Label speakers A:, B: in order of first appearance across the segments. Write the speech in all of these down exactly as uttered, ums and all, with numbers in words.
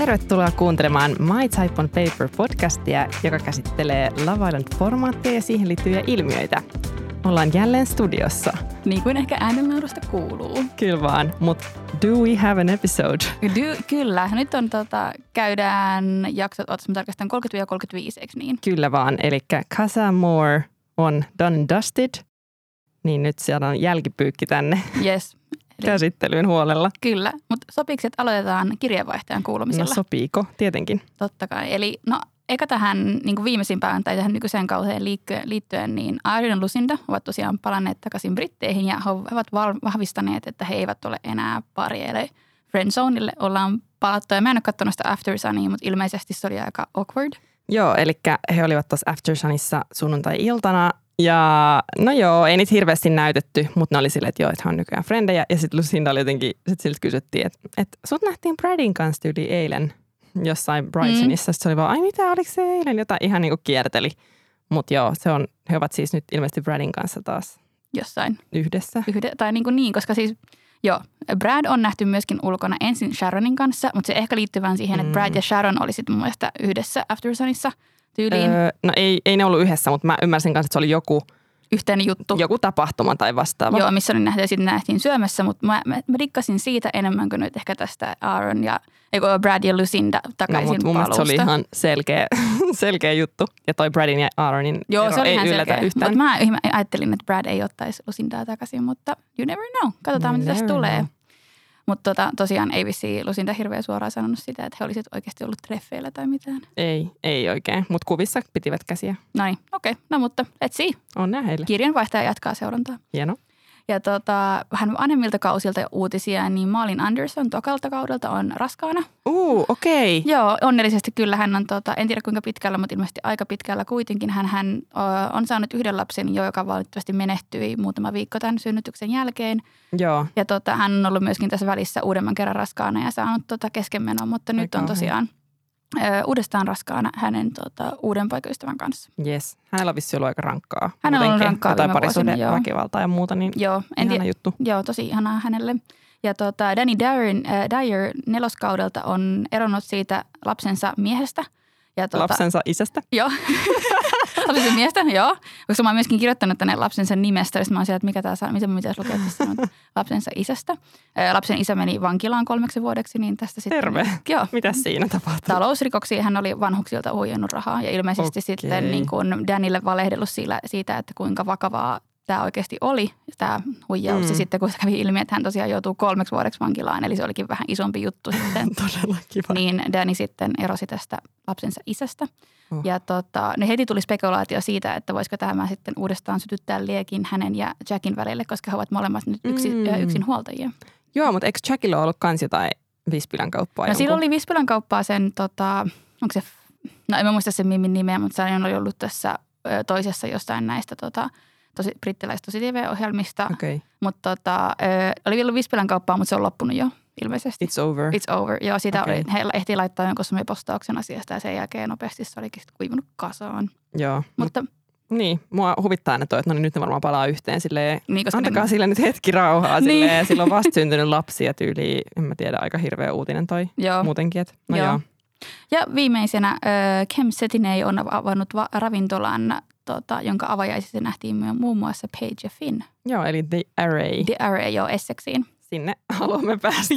A: Tervetuloa kuuntelemaan My Type on Paper podcastia, joka käsittelee Love Island-formaatteja ja siihen liittyviä ilmiöitä. Ollaan jälleen studiossa.
B: Niin kuin ehkä äänenlaudusta kuuluu.
A: Kyllä vaan, mutta do we have an episode?
B: Do, kyllä. Nyt on, tota, käydään jaksot, ootas mä tarkastan kolmekymmentä kolmekymmentäviisi, eikö niin?
A: Kyllä vaan, eli Casa Amor on done and dusted, niin nyt siellä on jälkipyykki tänne
B: Yes. Eli,
A: käsittelyyn huolella.
B: kyllä, mutta sopiiko, että aloitetaan kirjeenvaihtajan kuulumisilla?
A: No sopiiko? Tietenkin.
B: Totta kai. Eli no, eikä tähän niin kuin viimeisimpään tai tähän nykyiseen kauteen liittyen, liittyen niin Arion ja Lucinda ovat tosiaan palanneet takaisin Britteihin ja he ovat vahvistaneet, että he eivät ole enää pari. Eli Friendzoneille ollaan palattu ja mä en ole katsonut sitä After Sunia, mutta ilmeisesti se oli aika awkward.
A: Joo, eli he olivat tuossa After Sunissa sunnuntai-iltana. Ja no joo, ei niitä hirveästi näytetty, mutta ne oli silleen, että joo, että he on nykyään frendejä. Ja sitten Lucinda oli jotenkin, sitten siltä kysyttiin, että, että sut nähtiin Bradin kanssa tyyli eilen jossain Brightonissa. Mm. Sitten se oli vaan, ai mitä, oliko se eilen? Jotain ihan niin kuin kierteli. Mutta joo, se on, he ovat siis nyt ilmeisesti Bradin kanssa taas
B: jossain.
A: Yhdessä.
B: Yhde, tai niin kuin niin, koska siis joo, Brad on nähty myöskin ulkona ensin Sharonin kanssa, mutta se ehkä liittyy vaan siihen, että Brad ja Sharon oli sitten mun mielestä yhdessä After Sunissa tyyliin. Öö,
A: no ei, ei ne ollut yhdessä, mutta mä ymmärsin kanssa, että se oli joku
B: yhteinen juttu.
A: Joku tapahtuma tai vastaava.
B: Joo, missä oli nähty ja sitten nähtiin syömässä, mutta mä, mä, mä rikkasin siitä enemmän kuin nyt ehkä tästä Aaron ja eikö Brad ja Lucinda takaisin
A: no, mutta mun mielestä se oli ihan selkeä, selkeä juttu. Ja toi Bradin ja Aaronin
B: joo,
A: ero
B: se oli
A: ei
B: ihan
A: yllätä
B: selkeä.
A: yhtään.
B: Mutta mä, mä ajattelin, että Brad ei ottaisi Lucindaa takaisin, mutta you never know. Katsotaan,
A: You
B: mitä tästä
A: never
B: tulee.
A: know.
B: Mutta tota, tosiaan ei vissiin Lucinda hirveän suoraan sanonut sitä, että he olisivat oikeasti ollut treffeillä tai mitään.
A: Ei, ei oikein, mutta kuvissa pitivät käsiä.
B: No niin, okei. Okay. No mutta let's see.
A: Onnea heille.
B: Kirjanvaihtaja jatkaa seurantaa.
A: Hieno.
B: Ja tota, vähän vanhemmilta kausilta uutisia, niin Malin Anderson tokalta kaudelta on raskaana.
A: Uu, okei. Okay.
B: Joo, onnellisesti kyllä hän on, tota, en tiedä kuinka pitkällä, mutta ilmeisesti aika pitkällä kuitenkin. Hän, hän ö, on saanut yhden lapsen, joka valitettavasti menehtyi muutama viikko tämän synnytyksen jälkeen.
A: Joo.
B: Ja tota, hän on ollut myöskin tässä välissä uudemman kerran raskaana ja saanut tota keskenmenoa, mutta nyt
A: Aika
B: on tosiaan ö, uudestaan raskaana hänen tota, uuden poikaystävän kanssa.
A: Yes. Hänellä on vissi ollut aika rankkaa.
B: Hänellä on ollut rankkaa
A: jotain
B: viime vuosina,
A: parisuuden
B: joo.
A: väkivaltaa ja muuta, niin
B: joo, en
A: ihana
B: tiedä.
A: juttu.
B: Joo, tosi ihanaa hänelle. Ja tota, Danny Dyer, äh, Dyer neloskaudelta on eronnut siitä lapsensa miehestä. Ja tota,
A: Lapsensa isästä?
B: Joo. Lapsensa miestä, joo. Koska mä oon myöskin kirjoittanut tänne lapsensa nimestä. Ja mä oon siellä, että mikä tää saa, mitä mun pitäisi lukea tässä lapsensa isästä. Äh, lapsen isä meni vankilaan kolmeksi vuodeksi, niin tästä sitten.
A: Terve.
B: Joo.
A: Mitäs siinä tapahtui?
B: Talousrikoksia hän oli vanhuksilta huijannut rahaa. Ja ilmeisesti okay. sitten niin kun Dannylle valehdellut siitä, siitä, että kuinka vakavaa tämä oikeasti oli, tämä huijaus. Mm. Ja sitten kun se kävi ilmi, että hän tosiaan joutuu kolmeksi vuodeksi vankilaan, eli se olikin vähän isompi juttu sitten.
A: Todella kiva.
B: Niin Danny sitten erosi tästä lapsensa isästä.
A: Oh.
B: Ja tota, ne heti tuli spekulaatio siitä, että voisiko tämä sitten uudestaan sytyttää liekin hänen ja Jackin välille, koska he ovat molemmat nyt yksi, mm. yksin huoltajia.
A: Joo, mutta eikö Jackilla ollut kans jotain Vispilän kauppaa?
B: No jonkun? Silloin oli Vispilän kauppaa sen, tota, onko se, no en mä muista sen Mimin nimeä, mutta se oli ollut tässä toisessa jostain näistä tota, tosi, brittiläistä tosi T V-ohjelmista.
A: Okay. Mutta
B: tota, oli vielä Vispilän kauppaa, mutta se on loppunut jo ilmeisesti.
A: It's over.
B: It's over. Joo, siitä
A: okay.
B: oli, he ehti laittaa jonkun semmoinen postauksen asiasta ja sen jälkeen nopeasti se olikin kuivunut kasaan.
A: Joo.
B: Mutta
A: mut, niin, mua huvittaa ne toi, että no niin, nyt ne varmaan palaa yhteen silleen,
B: niin,
A: antakaa
B: ne...
A: sille nyt hetki rauhaa
B: niin.
A: silleen. Silloin on vasta syntynyt lapsi ja tyyliin, en mä tiedä, aika hirveä uutinen toi
B: joo.
A: muutenkin. Et, no joo.
B: joo. Ja viimeisenä äh, Kem Cetinay on avannut va- ravintolan, tota, jonka avajaisissa nähtiin muun muassa Paige ja Finn.
A: Joo, eli The Array.
B: The Array, joo, Essexiin.
A: Sinne haluamme päästä.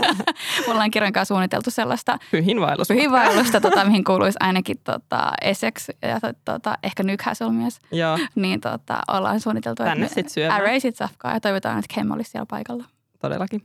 B: Me ollaan Kiran kanssa suunniteltu sellaista
A: pyhinvaellusta,
B: pyhinvaellusta tota, mihin kuuluisi ainakin tota, Essex ja tota, ehkä Newcastle myös.
A: Joo.
B: Niin tota, ollaan suunniteltu,
A: tänne
B: että
A: sit syömään.
B: Array sit safkaa ja toivotaan, että Kem olisi siellä paikalla.
A: Todellakin.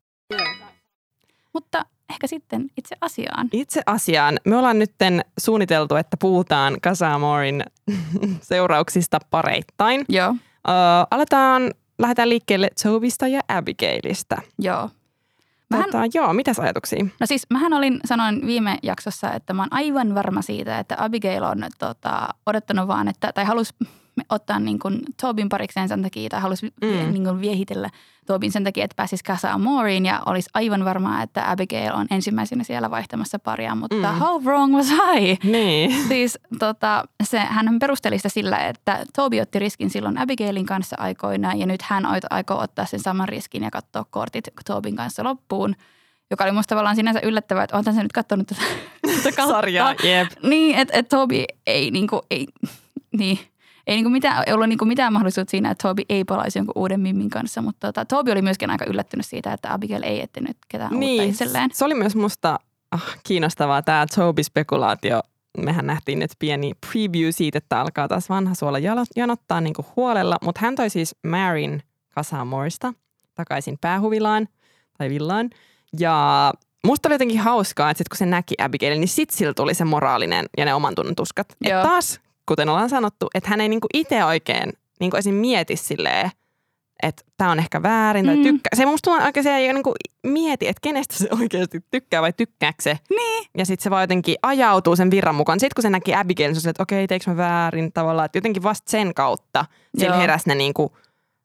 B: Mutta ehkä sitten itse asiaan.
A: Itse asiaan. Me ollaan nyt suunniteltu, että puhutaan Casa Amorin seurauksista pareittain.
B: Joo.
A: Uh, aletaan, lähdetään liikkeelle Tobista ja Abigailista.
B: Joo. Mähän,
A: tota, joo, mitäs ajatuksia?
B: No siis mähän olin, sanoin viime jaksossa, että mä oon aivan varma siitä, että Abigail on tota, odottanut vaan, että, tai halusi ottaa niin kuin Tobin parikseen sen takia, tai halusi mm. niin kuin viehitellä Tobin sen takia, että pääsisi Casa Amoriin, ja olisi aivan varmaa, että Abigail on ensimmäisenä siellä vaihtamassa paria, mutta mm. how wrong was I?
A: Niin.
B: Siis tota, se, hän perusteli sitä sillä, että Toby otti riskin silloin Abigailin kanssa aikoinaan, ja nyt hän aikoo ottaa sen saman riskin ja katsoa kortit Tobin kanssa loppuun. joka oli musta tavallaan sinänsä yllättävää, että oon se nyt katsonut tätä, tätä kautta.
A: Sarjaa, jep.
B: Niin, että et Toby ei niinku, ei, niin, ei niinku mitään, ei ollut niinku mitään mahdollisuutta siinä, että Toby ei palaisi jonkun uuden Mimmin kanssa, mutta tota, Toby oli myöskin aika yllättynyt siitä, että Abigail ei etsinyt ketään
A: niin,
B: uutta itselleen.
A: Se oli myös musta ah, kiinnostavaa tämä Toby-spekulaatio. Mehän nähtiin nyt pieni preview siitä, että alkaa taas vanha suola janottaa niin kuin huolella, mutta hän toi siis Maryn Casa Amoresta takaisin päähuvilaan tai villaan. Ja musta oli jotenkin hauskaa, että sit kun se näki Abigailin, niin sit sillä tuli se moraalinen ja ne oman tunnon tuskat. Että taas, kuten ollaan sanottu, että hän ei niinku itse oikein niinku esim. Mieti silleen, että tämä on ehkä väärin tai tykkää. Mm. Se musta oikein se ei niinku mieti, että kenestä se oikeasti tykkää vai tykkääkö se.
B: Niin.
A: Ja sitten se vaan jotenkin ajautuu sen virran mukaan. Sitten kun se näki Abigailin, se oli, että okei, teikö mä väärin tavallaan. Että jotenkin vasta sen kautta sillä heräsi ne niinku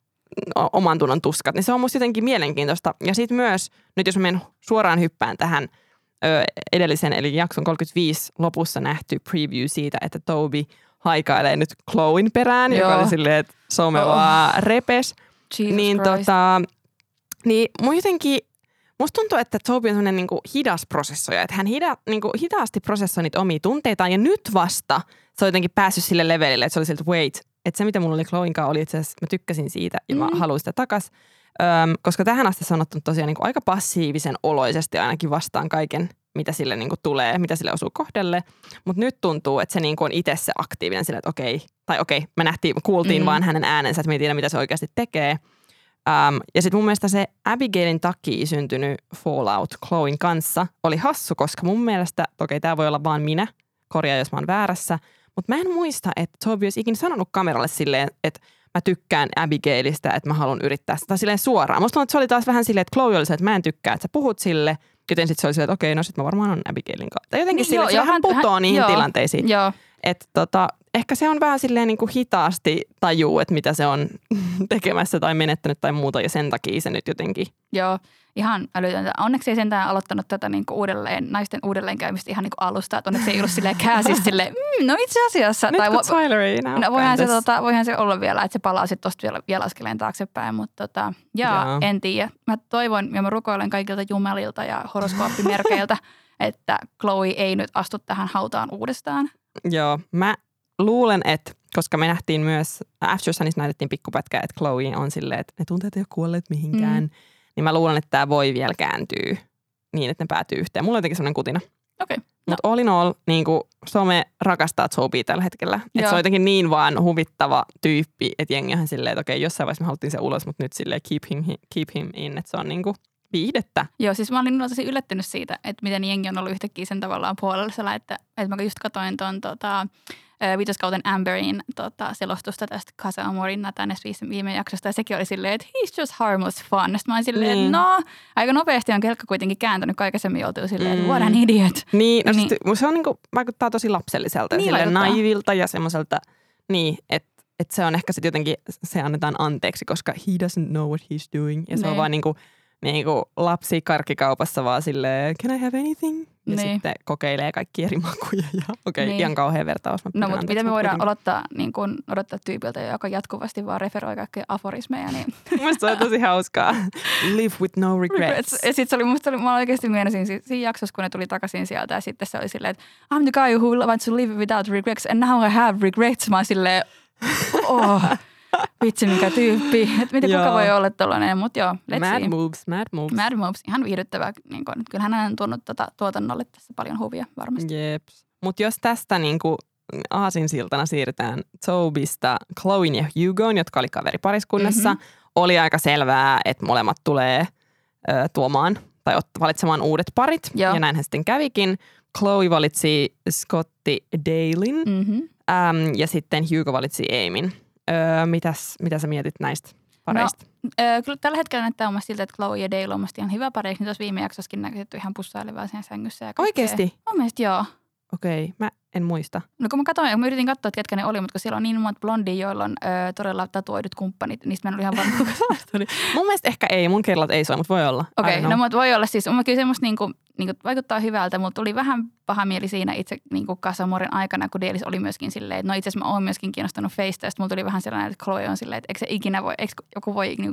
A: oman tunnon tuskat. Niin se on musta jotenkin mielenkiintoista. Ja sitten myös, nyt jos mä menen suoraan hyppään tähän ö, edellisen, eli jakson kolmekymmentäviisi lopussa nähty preview siitä, että Toby haikailee nyt Chloen perään, Joo. joka oli silleen, että some oh. vaan repes.
B: Jesus
A: niin
B: Christ.
A: tota, niin mun jotenkin, musta tuntuu, että Toby on semmoinen niinku hidas prosessoija, että hän hida, niinku hitaasti prosessoi niitä omia tunteitaan ja nyt vasta se on jotenkin päässyt sille levelille, että se oli siltä, wait, että se mitä mulla oli Chloen kanssa oli itse asiassa, mä tykkäsin siitä ja mä mm. haluan sitä takas, Öm, koska tähän asti se on ottanut tosiaan niinku aika passiivisen oloisesti ainakin vastaan kaiken, mitä sille niinku tulee, mitä sille osuu kohdelle, mutta nyt tuntuu, että se niinku on itse se aktiivinen sille, että okei, tai okei, me nähtiin, kuultiin mm. vaan hänen äänensä, että me ei tiedä, mitä se oikeasti tekee. Um, ja sitten mun mielestä se Abigailin takia syntynyt fallout Chloen kanssa oli hassu, koska mun mielestä, okei, tämä voi olla vaan minä, korjaa jos mä oon väärässä, mutta mä en muista, että Toby olisi ikinä sanonut kameralle silleen, että mä tykkään Abigailista, että mä haluan yrittää sitä silleen suoraan. Musta tuntuu, että se oli taas vähän silleen, että Chloe oli se, että mä en tykkää, että sä puhut sille, joten sitten se oli silleen, että okei, no sit mä varmaan on Abigailin kanssa. Tai jotenkin niin, silleen, että hän putoo hän, niihin joo, tilanteisiin.
B: Joo.
A: Että tota, ehkä se on vähän silleen niin kuin hitaasti tajuu, että mitä se on tekemässä tai menettänyt tai muuta, ja sen takia se nyt jotenkin.
B: Joo, ihan älytöntä. Onneksi ei sentään aloittanut tätä niin kuin uudelleen, naisten uudelleenkäymistä ihan niin kuin alusta, että onneksi ei ollut silleen kääsis silleen, mm, no itse asiassa.
A: Nyt
B: tai
A: kun Tyler ei enää
B: no, voihan, se, tota, voihan se olla vielä, että se palaa sitten tosta vielä, vielä askeleen taaksepäin, mutta tota, jaa, jaa. En tiedä. Mä toivon ja mä rukoilen kaikilta jumelilta ja horoskooppimerkeiltä, että Chloe ei nyt astu tähän hautaan uudestaan.
A: Joo, mä luulen, että koska me nähtiin myös, After Sunissa näytettiin pikkupätkää, että Chloe on silleen, että ne tunteet ei ole kuolleet mihinkään, mm. niin mä luulen, että tämä voi vielä kääntyä niin, että ne päätyy yhteen. Mulla on jotenkin sellainen kutina.
B: Okei. Okay.
A: Mutta no. all in all, niin kuin some rakastaa Tobia tällä hetkellä. Että se on jotenkin niin vaan huvittava tyyppi, että jengi on silleen, että okei, okay, jossain vaiheessa me haluttiin se ulos, mutta nyt silleen keep him, keep him in, että se on niin kuin viihdettä.
B: Joo, siis mä olin tosi yllättynyt siitä, että miten jengi on ollut yhtäkkiä sen tavallaan puolella, että, että mä just katsoin tuon tota, viitoskauten Amberin tota, selostusta tästä Casa Amorin Nathanes viime jaksosta, ja sekin oli silleen, että he's just harmless fun. Sitten mä olin silleen, niin. että no, aika nopeasti on kelkka kuitenkin kääntänyt, kun aikaisemmin oltiin silleen, että mm. what an idiot.
A: Niin, no niin. Siis, se on niinku, vaikuttaa tosi lapselliselta niin, ja silleen naivilta ja semmoiselta, niin, että et se on ehkä sitten jotenkin, se annetaan anteeksi, koska he doesn't know what he's doing, ja se ne. on vaan niinku, niinku lapsi karkkikaupassa vaan silleen, can I have anything? Ja niin. sitten kokeilee kaikki eri makuja ja okei, okay, niin. ihan kauhean vertaus.
B: No mutta miten me voidaan odottaa, niin kun, odottaa tyypiltä, joka jatkuvasti vaan referoi kaikkia aforismeja. Niin.
A: Mielestäni se on tosi hauskaa. Live with no regrets.
B: Ja sitten se oli, musta oli, mä oikeasti mielesin siinä jaksossa, kun ne tuli takaisin sieltä ja sitten se oli silleen, että I'm the guy who wants to live without regrets and now I have regrets. Mä oon silleen, oh. Vitsi, mikä tyyppi. Että miten kuka voi olla tollainen, mutta joo, let's
A: mad
B: see.
A: moves, mad moves.
B: Mad moves, ihan viihdyttävää. Niin kyllähän hän on tuonut tota, tuotannolle tässä paljon huvia varmasti.
A: Jeps. Mutta jos tästä niin kuin aasinsiltana siirrytään Tobysta Chloen ja Hugoon, jotka oli kaveripariskunnassa, mm-hmm. oli aika selvää, että molemmat tulee ö, tuomaan tai ot- valitsemaan uudet parit. Joo. Ja näinhän sitten kävikin. Chloe valitsi Scotti Dalin mm-hmm. äm, ja sitten Hugo valitsi Amin. Öö, mitäs, mitä sä mietit näistä pareista?
B: No, öö, kyllä tällä hetkellä näyttää omasta siltä, että Chloe ja Dale on omasta ihan hyvä pari. Niin tuossa viime jaksossakin näkytetty ihan pussailevaa siinä sängyssä. Ja
A: oikeesti?
B: Mun mielestä joo.
A: Okei, okay, mä en muista.
B: No kun mä katsoin, kun mä yritin katsoa, että ketkä ne oli, mutta kun siellä on niin monta blondia, joilla on öö, todella tatuoidut kumppanit, niistä mä en ollut ihan varma, kuka oli.
A: Mun mielestä ehkä ei, mun kerrat ei soi, mutta voi olla.
B: Okei, okay, no mutta voi olla siis, kyllä semmoista niinku, niinku, vaikuttaa hyvältä, mutta tuli vähän paha mieli siinä itse niinku Casa Amorin aikana, kun Dale oli myöskin silleen, että no itse asiassa mä oon myöskin kiinnostunut feistä, ja sitten mulla tuli vähän sellainen, että Chloe on silleen, että eikö se ikinä voi, eikö joku voi niinku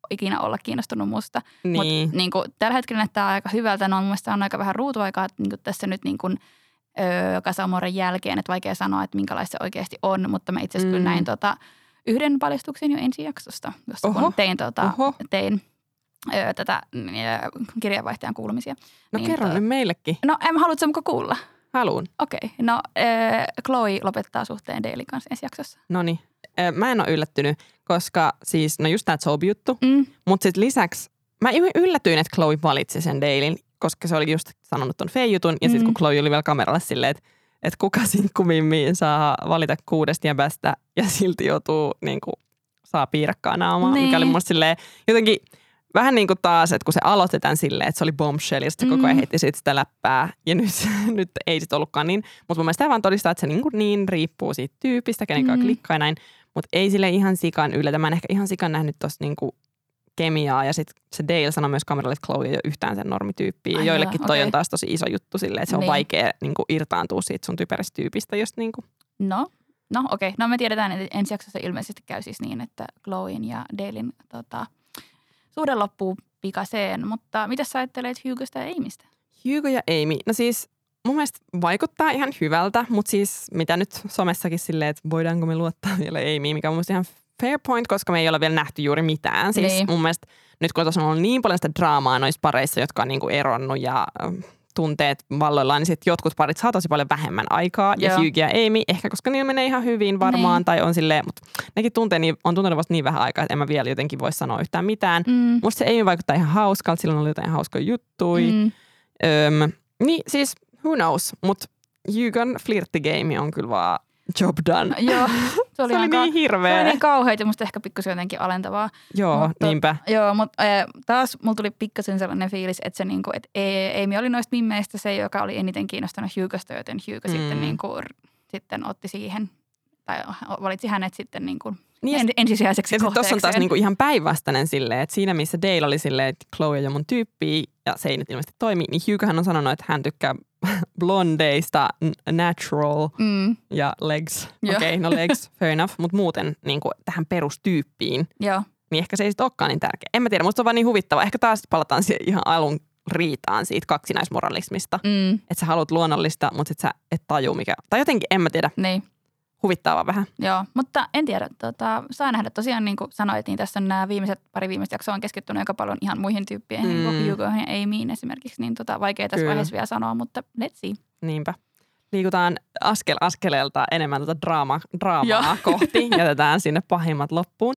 B: ikinä olla kiinnostunut musta.
A: Niin.
B: Mutta niin tällä hetkellä näyttää aika hyvältä. No, mun mielestä on aika vähän ruutuaikaa että, niin tässä nyt niin kuin, öö, Kasamoren jälkeen. Että vaikea sanoa, että minkälaista se oikeasti on. Mutta mä itse asiassa mm. kyllä näin tota, yhden paljastuksen jo ensi jaksosta, jossa Oho. kun tein, tota, tein öö, tätä öö, kirjeenvaihtajan kuulumisia.
A: No niin, kerro to... nyt meillekin.
B: No en haluatko muka kuulla?
A: Haluun.
B: Okei. Okay. No öö, Chloe lopettaa suhteen Dalein kanssa ensi jaksossa.
A: Noniin. Mä en ole yllättynyt, koska siis, no just tää Toby-juttu, mm. mutta sitten lisäksi mä yllätyin, että Chloe valitsi sen Dalein, koska se oli just sanonut ton Faye-jutun ja sitten mm. kun Chloe oli vielä kameralla silleen, että et kuka sinkkuvimmiin saa valita kuudesta jäbästä ja silti joutuu niin kuin, saa piirakkaa naamaa, niin. mikä oli musta silleen jotenkin vähän niin kuin taas, että kun se aloitetaan silleen, että se oli bombshell ja sitten mm. koko ajan heitti siitä sitä läppää ja nyt, nyt ei sitten ollutkaan niin. Mutta mun mielestä tämä vaan todistaa, että se niin, niin riippuu siitä tyypistä, kenen kanssa mm. klikkaa ja näin. Mutta ei sille ihan sikan yllätä. Mä en ehkä ihan sikan nähnyt tosta niin kuin kemiaa ja sitten se Dale sanoi myös kameralle, että Chloe ei ole yhtään sen normityyppiä. Ja joillekin joo, toi okay. on taas tosi iso juttu silleen, että se on niin. vaikea niin kuin irtaantua siitä sun typerästä tyypistä. Just niin kuin.
B: No, no okei. Okay. No me tiedetään, että ensi jaksossa ilmeisesti käy siis niin, että Chloen ja Dalein tota, suhde loppuu pikaseen, mutta mitä sä ajattelet Hugosta ja Amystä?
A: Hugo ja Amy, no siis mun mielestä vaikuttaa ihan hyvältä, mutta siis mitä nyt somessakin silleen, että voidaanko me luottaa vielä Amyyn, mikä on mun mielestä ihan fair point, koska me ei ole vielä nähty juuri mitään. Siis niin. mun mielestä nyt kun tuossa on ollut niin paljon sitä draamaa noissa pareissa, jotka on niinku eronnut ja tunteet valloillaan, niin sitten jotkut parit saa tosi paljon vähemmän aikaa. Joo. Ja Hugo ja Amy, ehkä koska niillä menee ihan hyvin varmaan, niin. tai on silleen, mutta nekin tuntee, niin, on tuntenut vasta niin vähän aikaa, että en mä vielä jotenkin voi sanoa yhtään mitään. Mm. Musta se Amy vaikuttaa ihan hauskalta, silloin oli jotain hauskoja juttuja. Mm. Öm, niin siis, who knows, mutta Hugon flirttigame on kyllä vaan job done.
B: No, joo, se oli,
A: se oli
B: ka-
A: niin hirveä.
B: Se oli niin kauheita ja musta ehkä pikkusen jotenkin alentavaa.
A: Joo, mutta, niinpä.
B: Joo, mutta äh, taas mulla tuli pikkasen sellainen fiilis, että se niinku, että Amy oli noista mimmeistä se, joka oli eniten kiinnostunut Hugosta, joten Hugo mm. sitten, niinku, sitten otti siihen, tai valitsi hänet sitten niinku niin, en, ensisijaiseksi kohteekseen.
A: Tuossa on taas niinku ihan päinvastainen silleen, että siinä missä Dale oli silleen, että Chloe on jo mun tyyppiä ja se ei nyt ilmeisesti toimi, niin Hugohan on sanonut, että hän tykkää blondeista, natural mm. ja legs. Okei, okay, no legs, fair enough, mutta muuten niin kuin tähän perustyyppiin,
B: Joo.
A: niin ehkä se ei sitten olekaan niin tärkeä. En mä tiedä, musta on vaan niin huvittava. Ehkä taas palataan siihen ihan alun riitaan siitä kaksinaismoralismista. Mm. Että sä haluat luonnollista, mutta sit sä et taju mikä. Tai jotenkin, en mä tiedä.
B: Niin.
A: Huvittavaa vähän.
B: Joo, mutta en tiedä. Tota, saa nähdä tosiaan, niin kuin sanoit, niin tässä on nämä viimeiset, pari viimeistä jaksoa on keskittynyt aika paljon ihan muihin tyyppeihin, mm. niin Hugo ja Amyin esimerkiksi. Niin tota, vaikea tässä vaiheessa vielä sanoa, mutta let's see.
A: Niinpä. Liikutaan askel askeleelta enemmän tuota draama, draamaa kohti. Jätetään sinne pahimmat loppuun.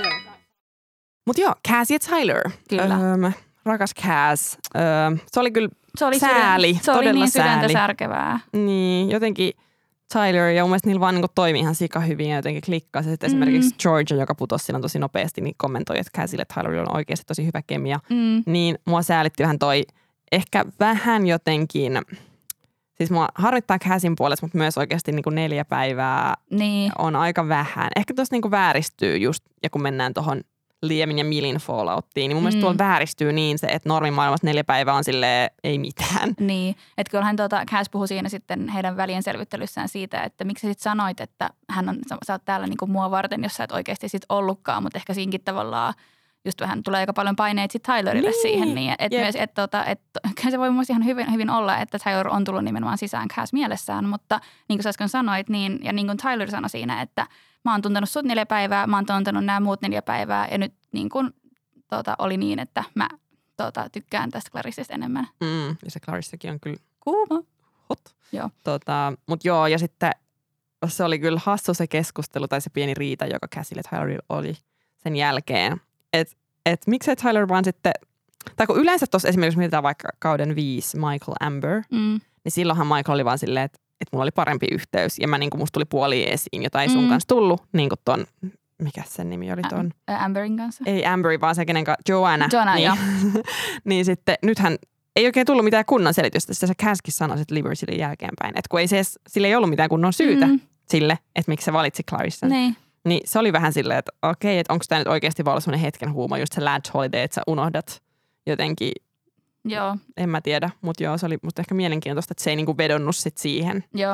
A: Mutta joo, Cassie ja Tyler.
B: Kyllä.
A: Öö, rakas Cass. Öö, se oli kyllä
B: se oli
A: sääli,
B: sydän, se
A: todella
B: oli niin
A: sääli.
B: sydäntä särkevää.
A: Niin, jotenkin Tyler ja mun mielestä niillä vaan niin toimii ihan sika hyvin ja jotenkin klikkasi. Mm. Esimerkiksi Georgia, joka putosi silloin tosi nopeasti, niin kommentoi, että Cassille Tyler on oikeasti tosi hyvä kemia. Mm. Niin mua säälitti vähän toi ehkä vähän jotenkin, siis mua harmittaa Cassin puolesta, mutta myös oikeasti niin kuin neljä päivää niin. on aika vähän. Ehkä tuossa niin kuin vääristyy just, ja kun mennään tuohon Liemin ja Milin fallouttiin, niin mun mm. mielestä tuolla vääristyy niin se, että normimaailmassa neljä päivää on silleen ei mitään.
B: Niin, että kyllähän tuota, Cass puhui siinä sitten heidän välien selvittelyssään siitä, että miksi sä sitten sanoit, että hän on, sä oot täällä niinku mua varten, jos sä et oikeasti sit ollutkaan, mutta ehkä siinkin tavallaan just vähän tulee aika paljon paineita sit Tylerille niin. siihen. Niin, että yep. myös, että tota, et, se voi myös ihan hyvin, hyvin olla, että Tyler on tullut nimenomaan sisään Cass mielessään, mutta niin kuin sä äsken sanoit, niin, ja niin kuin Tyler sanoi siinä, että mä oon tuntenut sut neljä päivää, mä oon tuntenut nämä muut neljä päivää ja nyt niin kuin tota, oli niin, että mä tota, tykkään tästä Clarissesta enemmän.
A: Mm, ja se Clarissakin on kyllä
B: kuuma.
A: Hot.
B: Joo.
A: Tota, mut joo, ja sitten se oli kyllä hassu se keskustelu tai se pieni riita, joka Cassille Tylerilla oli sen jälkeen. Että et miksei Tyler vaan sitten, tai kun yleensä tuossa esimerkiksi mietitään vaikka kauden viisi Michael Amber, mm. niin silloinhan Michael oli vaan silleen, että että mulla oli parempi yhteys ja mä niinku musta tuli puoli esiin, jota ei sun mm. kanssa tullut, niin kuin ton, mikä sen nimi oli ton?
B: Ä, Amberin kanssa.
A: Ei Amberi, vaan se kenen kanssa, Joanna.
B: Joanna,
A: niin,
B: joo.
A: niin sitten nythän ei oikein tullut mitään kunnon selitystä, sitä se Casskin sanoi sitten Libersille jälkeenpäin, että kun ei se, sille ei ollut mitään kunnon syytä mm. sille, että miksi se valitsi Clarissan.
B: Niin.
A: Niin se oli vähän silleen, että okei, että onko tämä nyt oikeasti vaan ollut sellainen hetken huuma, just se lad holiday, että sä unohdat jotenkin.
B: Joo.
A: En mä tiedä, mutta joo, se oli musta ehkä mielenkiintoista, että se ei niinku vedonnut sit siihen.
B: Joo.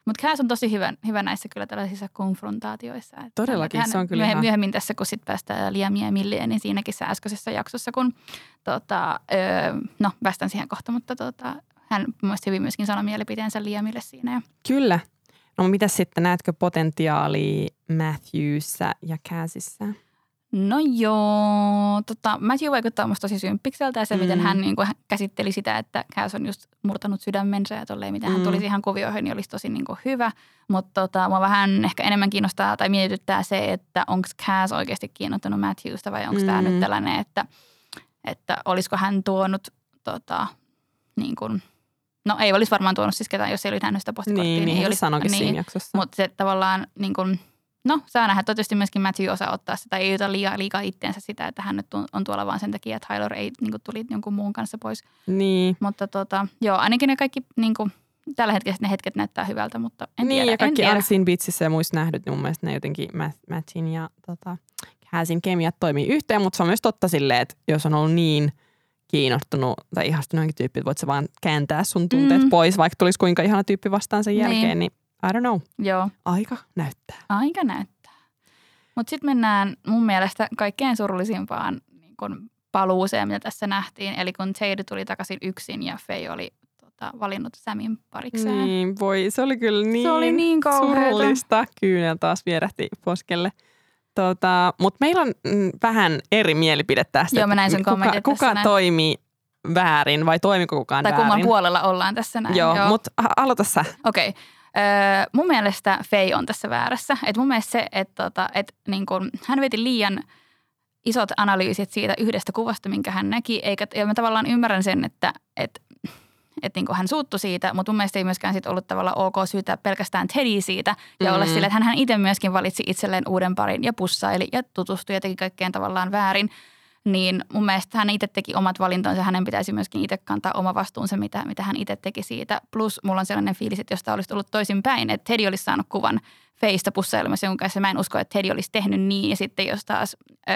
B: Mutta Cass on tosi hyvä, hyvä näissä kyllä tällaisissa konfrontaatioissa. Että
A: Todellakin,
B: hän,
A: se on kyllä
B: myöhemmin,
A: ihan...
B: myöhemmin tässä, kun sitten päästään Liamia ja Milliin, niin siinäkin se äskeisessä jaksossa, kun tota, öö, no päästään siihen kohta, mutta tota, hän mielestäni hyvin myöskin sanoi mielipiteensä Liamille siinä. Ja...
A: Kyllä. No mitä sitten, näetkö potentiaalia Matthewssä ja Cassissa?
B: No joo, tota, Matthew vaikuttaa musta tosi symppikseltä ja se, mm. miten hän niin kuin, käsitteli sitä, että Cass on just murtanut sydämensä ja tolleen, miten mm. hän tulisi ihan kuvioihin, niin olisi tosi niin kuin, hyvä. Mutta tota, mua vähän ehkä enemmän kiinnostaa tai mietityttää se, että onko Cass oikeasti kiinnostunut Matthewsta vai onko mm. tämä nyt tällainen, että, että olisiko hän tuonut, tota, niin kuin, no ei olisi varmaan tuonut siis ketään, jos ei olisi nähnyt sitä postikorttia.
A: Niin, niin, niin olisi sanoikin niin, siinä jaksossa.
B: Mutta se tavallaan niin kuin, no, saa nähdä. Toivottavasti myöskin Matthew osaa ottaa sitä. Ei ota liikaa, liikaa itteensä sitä, että hän nyt on tuolla vaan sen takia, että Tyler ei niin kuin, tuli jonkun muun kanssa pois.
A: Niin.
B: Mutta tota, joo, ainakin ne kaikki, niin kuin, tällä hetkellä ne hetket näyttää hyvältä, mutta en
A: niin,
B: tiedä.
A: ja kaikki
B: en
A: Unseen Beatsissä ja muissa nähdyt, niin mun mielestä ne jotenkin Mattin ja tota, Cassin kemiat toimii yhteen, mutta se on myös totta silleen, että jos on ollut niin kiinnostunut tai ihastunut johonkin tyyppiin, voit sä vaan kääntää sun tunteet mm. pois, vaikka tulisi kuinka ihana tyyppi vastaan sen jälkeen, niin, niin I don't know.
B: Joo.
A: Aika näyttää.
B: Aika näyttää. Mutta sitten mennään mun mielestä kaikkein surullisimpaan niin kun paluuseen, mitä tässä nähtiin. Eli kun Jade tuli takaisin yksin ja Faye oli tota, valinnut Samin parikseen.
A: Niin, voi. Se oli kyllä niin,
B: se oli niin
A: surullista. Kyynel taas vierähti poskelle. Tota, mutta meillä on mm, vähän eri mielipide tästä.
B: Joo, mä näin sen
A: kuka, kuka
B: näin.
A: toimii väärin vai toimiko kukaan
B: tai
A: väärin?
B: Tai kumman puolella ollaan tässä näin.
A: Joo, Joo. mutta aloita sä.
B: Okei. Okay. Öö, mun mielestä Faye on tässä väärässä. Et mun mielestä se, että tota, et, niin kun, hän veti liian isot analyysit siitä yhdestä kuvasta, minkä hän näki. Eikä, ja mä tavallaan ymmärrän sen, että et, et, niin hän suuttui siitä, mutta mun mielestä ei myöskään sit ollut tavallaan ok syytä pelkästään Teddy siitä. Ja mm. olla sille, että hän itse myöskin valitsi itselleen uuden parin ja pussaili ja tutustui ja teki kaikkeen tavallaan väärin. Niin mun mielestä hän itse teki omat valintonsa, hänen pitäisi myöskin itse kantaa oma vastuunsa, mitä, mitä hän itse teki siitä. Plus mulla on sellainen fiilis, että jos tämä olisi tullut toisinpäin, että Teddy olisi saanut kuvan Fayestä pussailemassa jonkun kanssa. Mä en usko, että Teddy olisi tehnyt niin ja sitten jos taas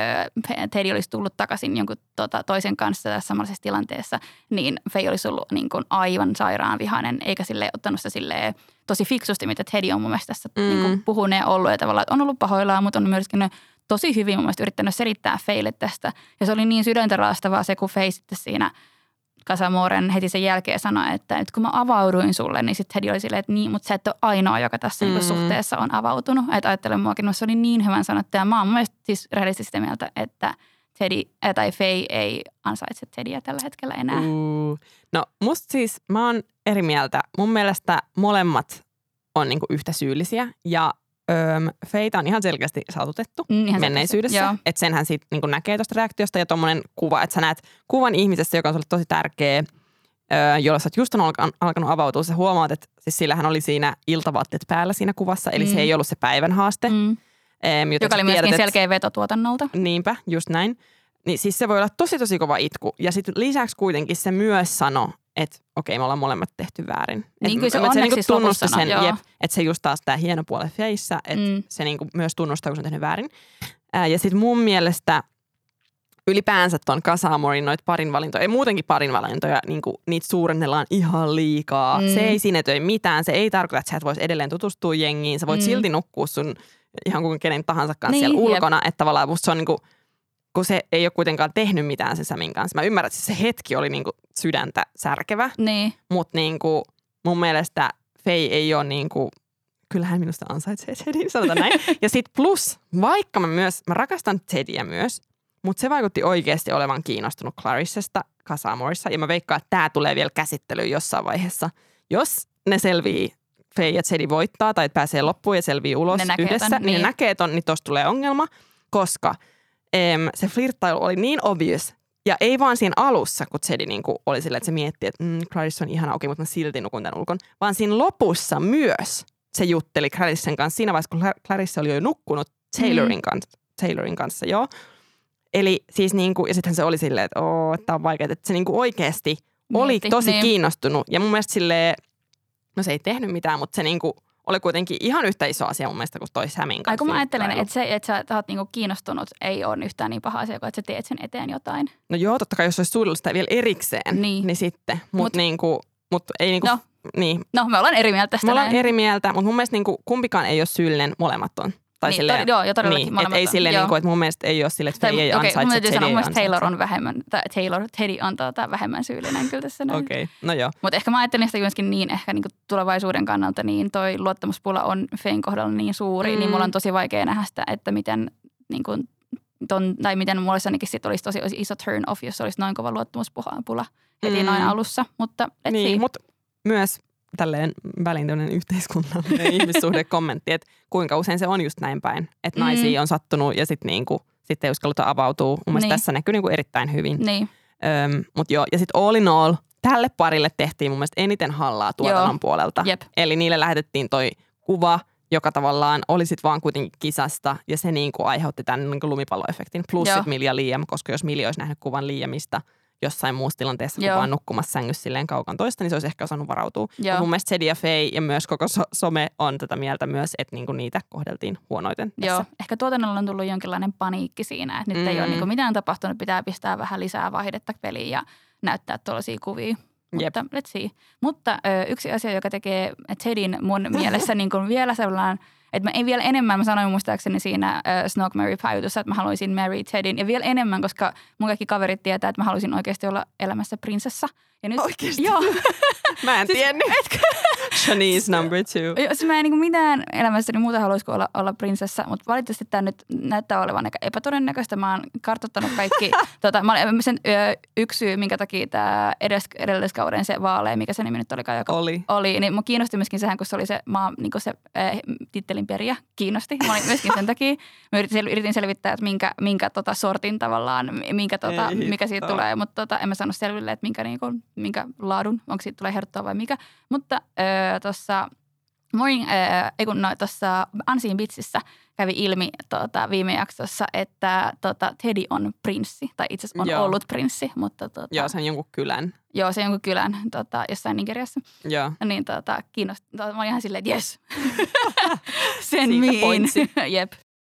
B: öö, Teddy olisi tullut takaisin jonkun tota, toisen kanssa tässä samanlaisessa tilanteessa, niin Faye olisi ollut niin kuin aivan sairaan vihainen eikä sille ottanut sitä silleen tosi fiksusti, mitä Teddy on mun mielestä tässä mm. niin kuin puhunut ja ollut ja tavallaan, että on ollut pahoillaan, mutta on myöskin ne tosi hyvin mun mielestä yrittänyt selittää Fayelle tästä. Ja se oli niin sydäntä raastavaa se, kun Faye sitten siinä Casamoren heti sen jälkeen sanoi, että nyt kun mä avauduin sulle, niin sitten Teddy oli silleen, että niin, mutta sä et ole ainoa, joka tässä mm-hmm. suhteessa on avautunut. Että ajattelen muakin, mutta se oli niin hyvän sanottu. Ja mä oon mun mielestä siis rehellisesti sitä mieltä, että Teddy, äh, tai Faye ei ansaitse Teddyä tällä hetkellä enää.
A: Uh, no musta siis mä oon eri mieltä. Mun mielestä molemmat on niinku yhtä syyllisiä ja Öm, Fayetä on ihan selkeästi satutettu mm, menneisyydessä. Että senhän siitä niin näkee tuosta reaktiosta ja tommonen kuva, että sä näet kuvan ihmisestä, joka on sulle tosi tärkeä, öö, jolla sä oot just on alkanut avautua. Sä huomaat, että siis sillähän oli siinä iltavaatteet päällä siinä kuvassa, eli mm. se ei ollut se päivän haaste. Mm. Ehm,
B: joka oli myöskin tiedät, selkeä veto tuotannolta.
A: Niinpä, just näin. Niin siis se voi olla tosi tosi kova itku. Ja sitten lisäksi kuitenkin se myös sanoi, että okei, me ollaan molemmat tehty väärin.
B: Niin kyllä se
A: onneksi
B: se niinku
A: tunnusti sen, jep, että se just taas tämä hieno puoli Fayessä, että mm. se niinku myös tunnustaa, kun se on tehnyt väärin. Ää, ja sitten mun mielestä ylipäänsä ton Casamorin noita parin valintoja, ei muutenkin parin valintoja, niinku, niitä suurennellaan ihan liikaa. Mm. Se ei sinetöi mitään, se ei tarkoita, että sä et voisi edelleen tutustua jengiin. Sä voit mm. silti nukkua sun ihan kuin kenen tahansa kanssa niin, siellä ulkona, jep. että tavallaan musta se on niinku, kun se ei ole kuitenkaan tehnyt mitään sen Samin kanssa. Mä ymmärrän, että se hetki oli niinku sydäntä särkevä,
B: niin.
A: mutta niinku mun mielestä Faye ei ole niinku, kyllähän minusta ansaitsee Teddy, sanotaan näin. Ja sit plus, vaikka mä myös, mä rakastan Teddyä myös, mutta se vaikutti oikeasti olevan kiinnostunut Clarissasta Casamorissa. Ja mä veikkaan, että tää tulee vielä käsittelyyn jossain vaiheessa. Jos ne selvii, Faye ja Teddy voittaa tai pääsee loppuun ja selvii ulos yhdessä, ton, niin, niin ne näkee ton, niin tosta tulee ongelma, koska Em, se flirttailu oli niin obvious. Ja ei vaan siinä alussa, kun Teddy niinku oli silleen, että se mietti, että mm, Clarissa on ihana, okei, mutta mä silti nukun tämän ulkon. Vaan siinä lopussa myös se jutteli Clarissen kanssa. Siinä vaiheessa, kun Clarissa oli jo nukkunut Taylorin, mm. kanssa, Taylorin kanssa, joo. Eli siis niinku, ja sittenhän se oli silleen, että oo, tää on vaikeaa. Että se niinku oikeasti Mietti, oli tosi niin. kiinnostunut. Ja mun mielestä silleen, no se ei tehnyt mitään, mutta se niinku oli kuitenkin ihan yhtä iso asia mun mielestä kuin toi Samin kanssa.
B: Ai kun mä ajattelen, että se, että sä oot niinku kiinnostunut, ei ole yhtään niin paha asia kuin, että sä teet sen eteen jotain.
A: No joo, totta kai jos olisi suudellut sitä vielä erikseen, niin, niin sitten. Mutta mut, niinku, mut ei niinku,
B: no,
A: niin.
B: No me ollaan eri mieltä tästä.
A: Me ollaan
B: näin.
A: eri mieltä, mutta mun mielestä niinku, kumpikaan ei ole syyllinen, molemmat on. Tai
B: niin,
A: silleen,
B: to, joo, jo todellakin
A: niin,
B: molemmat
A: et ei
B: on.
A: silleen, niinku, että mun mielestä ei ole silleen, että Faye ei
B: okay,
A: ansaitse, Teddy
B: sanoa,
A: ei
B: ansaitse. Taylor on
A: ansaitse.
B: vähemmän, tai Taylor, Teddy on tuota, vähemmän syyllinen kyllä tässä näin.
A: Okei, okay, no joo.
B: Mutta ehkä mä ajattelin sitä myöskin niin, ehkä niinku tulevaisuuden kannalta, niin toi luottamuspula on Fayen kohdalla niin suuri, mm. niin mulla on tosi vaikea nähdä sitä, että miten, niin kuin, ton, tai miten mulla ainakin sit olisi tosi iso turn off, jos olisi noin kova luottamuspula heti mm. noin alussa. Mutta
A: niin, mutta myös tälleen väliin tämmöinen yhteiskunnallinen ihmissuhdekommentti, että kuinka usein se on just näin päin, että mm. naisia on sattunut ja sitten niinku, sit ei uskalluta avautua. Mun mielestä niin. tässä näkyy niinku erittäin hyvin.
B: Niin.
A: Öm, mut joo, ja sitten all in all, tälle parille tehtiin mun mielestä eniten hallaa tuotannon joo. puolelta.
B: Jep.
A: Eli niille lähetettiin toi kuva, joka tavallaan oli sit vaan kuitenkin kisasta ja se niinku aiheutti tämän niinku lumipalloefektin. Plus sit Millie ja Liam, koska jos Millie olisi nähnyt kuvan Liamista jossain muussa tilanteessa, kun vaan nukkumassa sängyssä silleen kaukan toista, niin se olisi ehkä osannut varautua. Mun mielestä Teddy ja Faye ja myös koko so- some on tätä mieltä myös, että niinku niitä kohdeltiin huonoiten tässä.
B: Joo, ehkä tuotannolla on tullut jonkinlainen paniikki siinä, että nyt mm. ei ole niinku mitään tapahtunut, pitää pistää vähän lisää vaihdetta peliin ja näyttää tuollaisia kuvia.
A: Yep.
B: Mutta let's see. Mutta ö, yksi asia, joka tekee Teddyn mun mielessä niin kuin vielä sellainen, että mä en vielä enemmän, mä sanoin muistaakseni siinä uh, Snog, Marry, Pie-jutussa, että mä haluaisin marry Teddyn. Ja vielä enemmän, koska mun kaikki kaverit tietää, että mä haluaisin oikeasti olla elämässä prinsessa. Ja nyt,
A: oikeasti?
B: Joo.
A: Mä en siis, tiennyt. Shanice number two.
B: Siis mä en niin mitään elämässäni muuta haluaisi olla, olla prinsessa, mutta valitettavasti tämä nyt näyttää olevan aika epätodennäköistä. Mä oon kartoittanut kaikki. tota, mä olen sen, ö, yksi syy, minkä takia tämä edes, edelliskauden se vaale, mikä se nimi nyt olikaan, joka
A: oli.
B: oli niin mä kiinnosti myöskin sehän, kun se oli se maa, niin se äh, tittelin periä, kiinnosti. Mä olin myöskin sen takia. Mä yritin, yritin selvittää, että minkä, minkä tota, sortin tavallaan, minkä, tota, mikä siitä tulee, mutta tota, en mä saanut selville, että minkä, niin kuin, minkä laadun, onko siitä tulee herttua vai mikä. Mutta äh, tuossa Morning, äh, ei kun no, tuossa Unseen Bitsissä kävi ilmi tota, viime jaksossa, että tota, Teddy on prinssi, tai itse asiassa on joo. ollut prinssi. Mutta, tota,
A: joo, se on jonkun kylän.
B: Joo, se on jonkun kylän tota, jossain Nigeriassa.
A: Joo.
B: Niin tota, kiinnosti. Mä olin ihan silleen, että jes. Sen miin. Jep.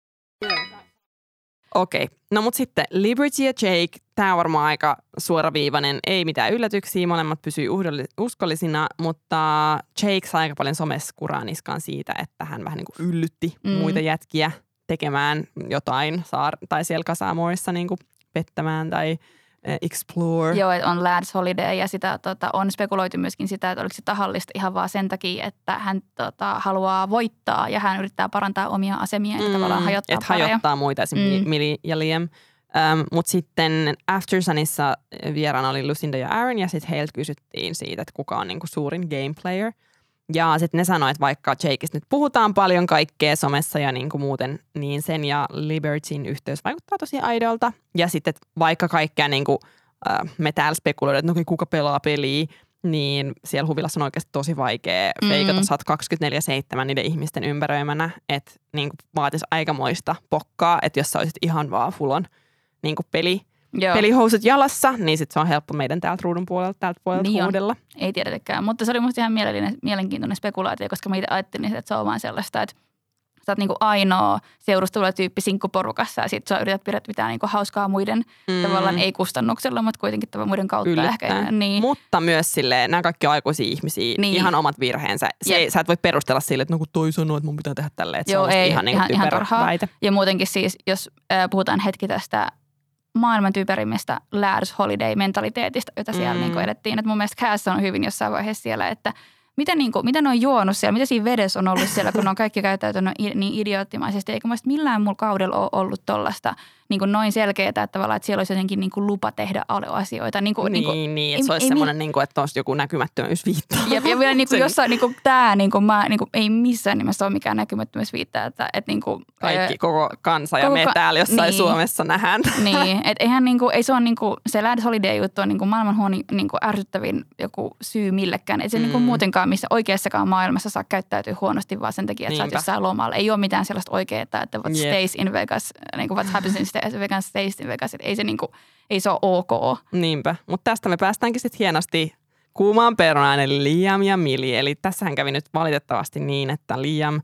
A: Okei, okay. No mut sitten Liberty ja Jake, tää on varmaan aika suoraviivainen, ei mitään yllätyksiä, molemmat pysyy uskollisina, mutta Jake sai aika paljon somessa kuraa niskaan siitä, että hän vähän niin kuin yllytti mm. muita jätkiä tekemään jotain saar- tai siellä Casamorissa niin kuin pettämään tai explore.
B: Joo, että on Lads Holiday ja sitä tota, on spekuloitu myöskin sitä, että oliko se tahallista ihan vaan sen takia, että hän tota, haluaa voittaa ja hän yrittää parantaa omia asemia, että mm, tavallaan hajottaa
A: Että hajottaa muita, esimerkiksi mm. Millie ja Liam. Um, Mutta sitten After Sunissa vieraana oli Lucinda ja Aaron ja sitten heiltä kysyttiin siitä, että kuka on niinku suurin game player. Ja sitten ne sanoi, että vaikka Jakeista nyt puhutaan paljon kaikkea somessa ja niin kuin muuten, niin sen ja Libertyn yhteys vaikuttaa tosi aidolta. Ja sitten vaikka kaikkea niin kuin, äh, me täällä spekuloidaan, että no, kuka pelaa peliä, niin siellä huvilassa on oikeasti tosi vaikea mm-hmm. feikata. Sä oot kaksikymmentäneljä seitsemän niiden ihmisten ympäröimänä, että niin kuin vaatisi aikamoista pokkaa, että jos sä olisit ihan vaan fulon niin kuin peli. Joo. Pelihousut jalassa, niin sitten se on helppo meidän täältä ruudun puolelta, täältä puolelta niin huudella.
B: Ei tiedetäkään, mutta se oli musta ihan mielenkiintoinen spekulaatio, koska mä itse ajattelin, että se on vaan sellaista, että sä oot niinku ainoa seurustelutyyppi sinkkuporukassa ja sit sä yrität pitää niinku hauskaa muiden mm. tavallaan ei kustannuksella, mutta kuitenkin tavallaan muiden kautta.
A: Yllättäen.
B: Ehkä. Niin.
A: Mutta myös silleen, nämä kaikki on aikuisia ihmisiä, niin. ihan omat virheensä. Se, sä et voi perustella sille, että no kun toi sanoo, että mun pitää tehdä tälleen, että joo, se on ei, ihan, ihan, ihan turhaa. Väite.
B: Ja muutenkin siis, jos äh, puhutaan hetki tästä maailman tyyperimmästä Lads Holiday-mentaliteetistä, jota siellä mm. niin kuin edettiin. Et mun mielestä Cass on hyvin jossain vaiheessa siellä, että mitä, niin kuin, mitä ne on juonut siellä, mitä siinä vedessä on ollut siellä, kun ne on kaikki käyttäytynyt niin idioottimaisesti. Eikä mun millään muulla kaudella ole ollut tollaista niin kuin noin selkeää, että tavallaan, että siellä olisi jotenkin niin kuin lupa tehdä asioita. Niin, kuin,
A: niin,
B: niin, kuin,
A: niin että se olisi semmoinen, niin kuin, että olisi joku näkymättömyysviitta.
B: Ja, ja vielä niin kuin jossain, niin kuin tämä, niin kuin mä, niin kuin, ei missään nimessä ole mikään näkymättömyysviitta. Että, että niin kuin,
A: kaikki, koko kansa ja me täällä jossain niin, Suomessa nähdään.
B: Niin, että eihän niin kuin, ei se ole niin kuin, se Lads Holiday-juttu on niin kuin maailman huoni, niin kuin ärsyttävin joku syy millekään. Ei se mm. niin kuin muutenkaan, missä oikeassakaan maailmassa saa käyttäytyä huonosti, vaan sen takia, että Niinpä. Sä oot jossain lomalla. Ei ole mitään sellaista oikeaa, että what yep. stays in Vegas, niin kuin what happens in Vegas stays in Vegas. Ei se, niin kuin, ei se ole ok.
A: Niinpä, mutta tästä me päästäänkin sitten hienosti kuumaan perunaan, eli Liam ja Millie. Eli tässähän kävi nyt valitettavasti niin, että Liam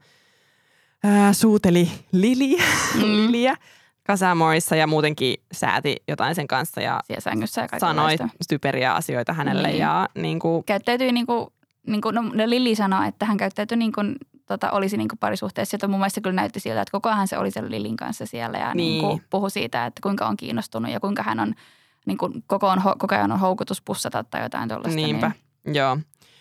A: ää, suuteli Lili, mm. Liliä Casamorissa ja muutenkin sääti jotain sen kanssa ja
B: sängyssä ja
A: sanoi typeriä asioita hänelle.
B: Niin.
A: Ja, niin kuin,
B: käyttäytyi niin kuin niin kuin, no, Lily sanoi, että hän käyttäytyi niin kuin, tota, olisi niin kuin parisuhteessa, jota mun mielestä kyllä näytti siltä, että koko ajan se oli sen Lilin kanssa siellä ja niin. Niin kuin, puhui siitä, että kuinka on kiinnostunut ja kuinka hän on, niin kuin, koko, on, koko ajan on houkutus pussata tai jotain tuollaista.
A: Niinpä,
B: niin.
A: joo.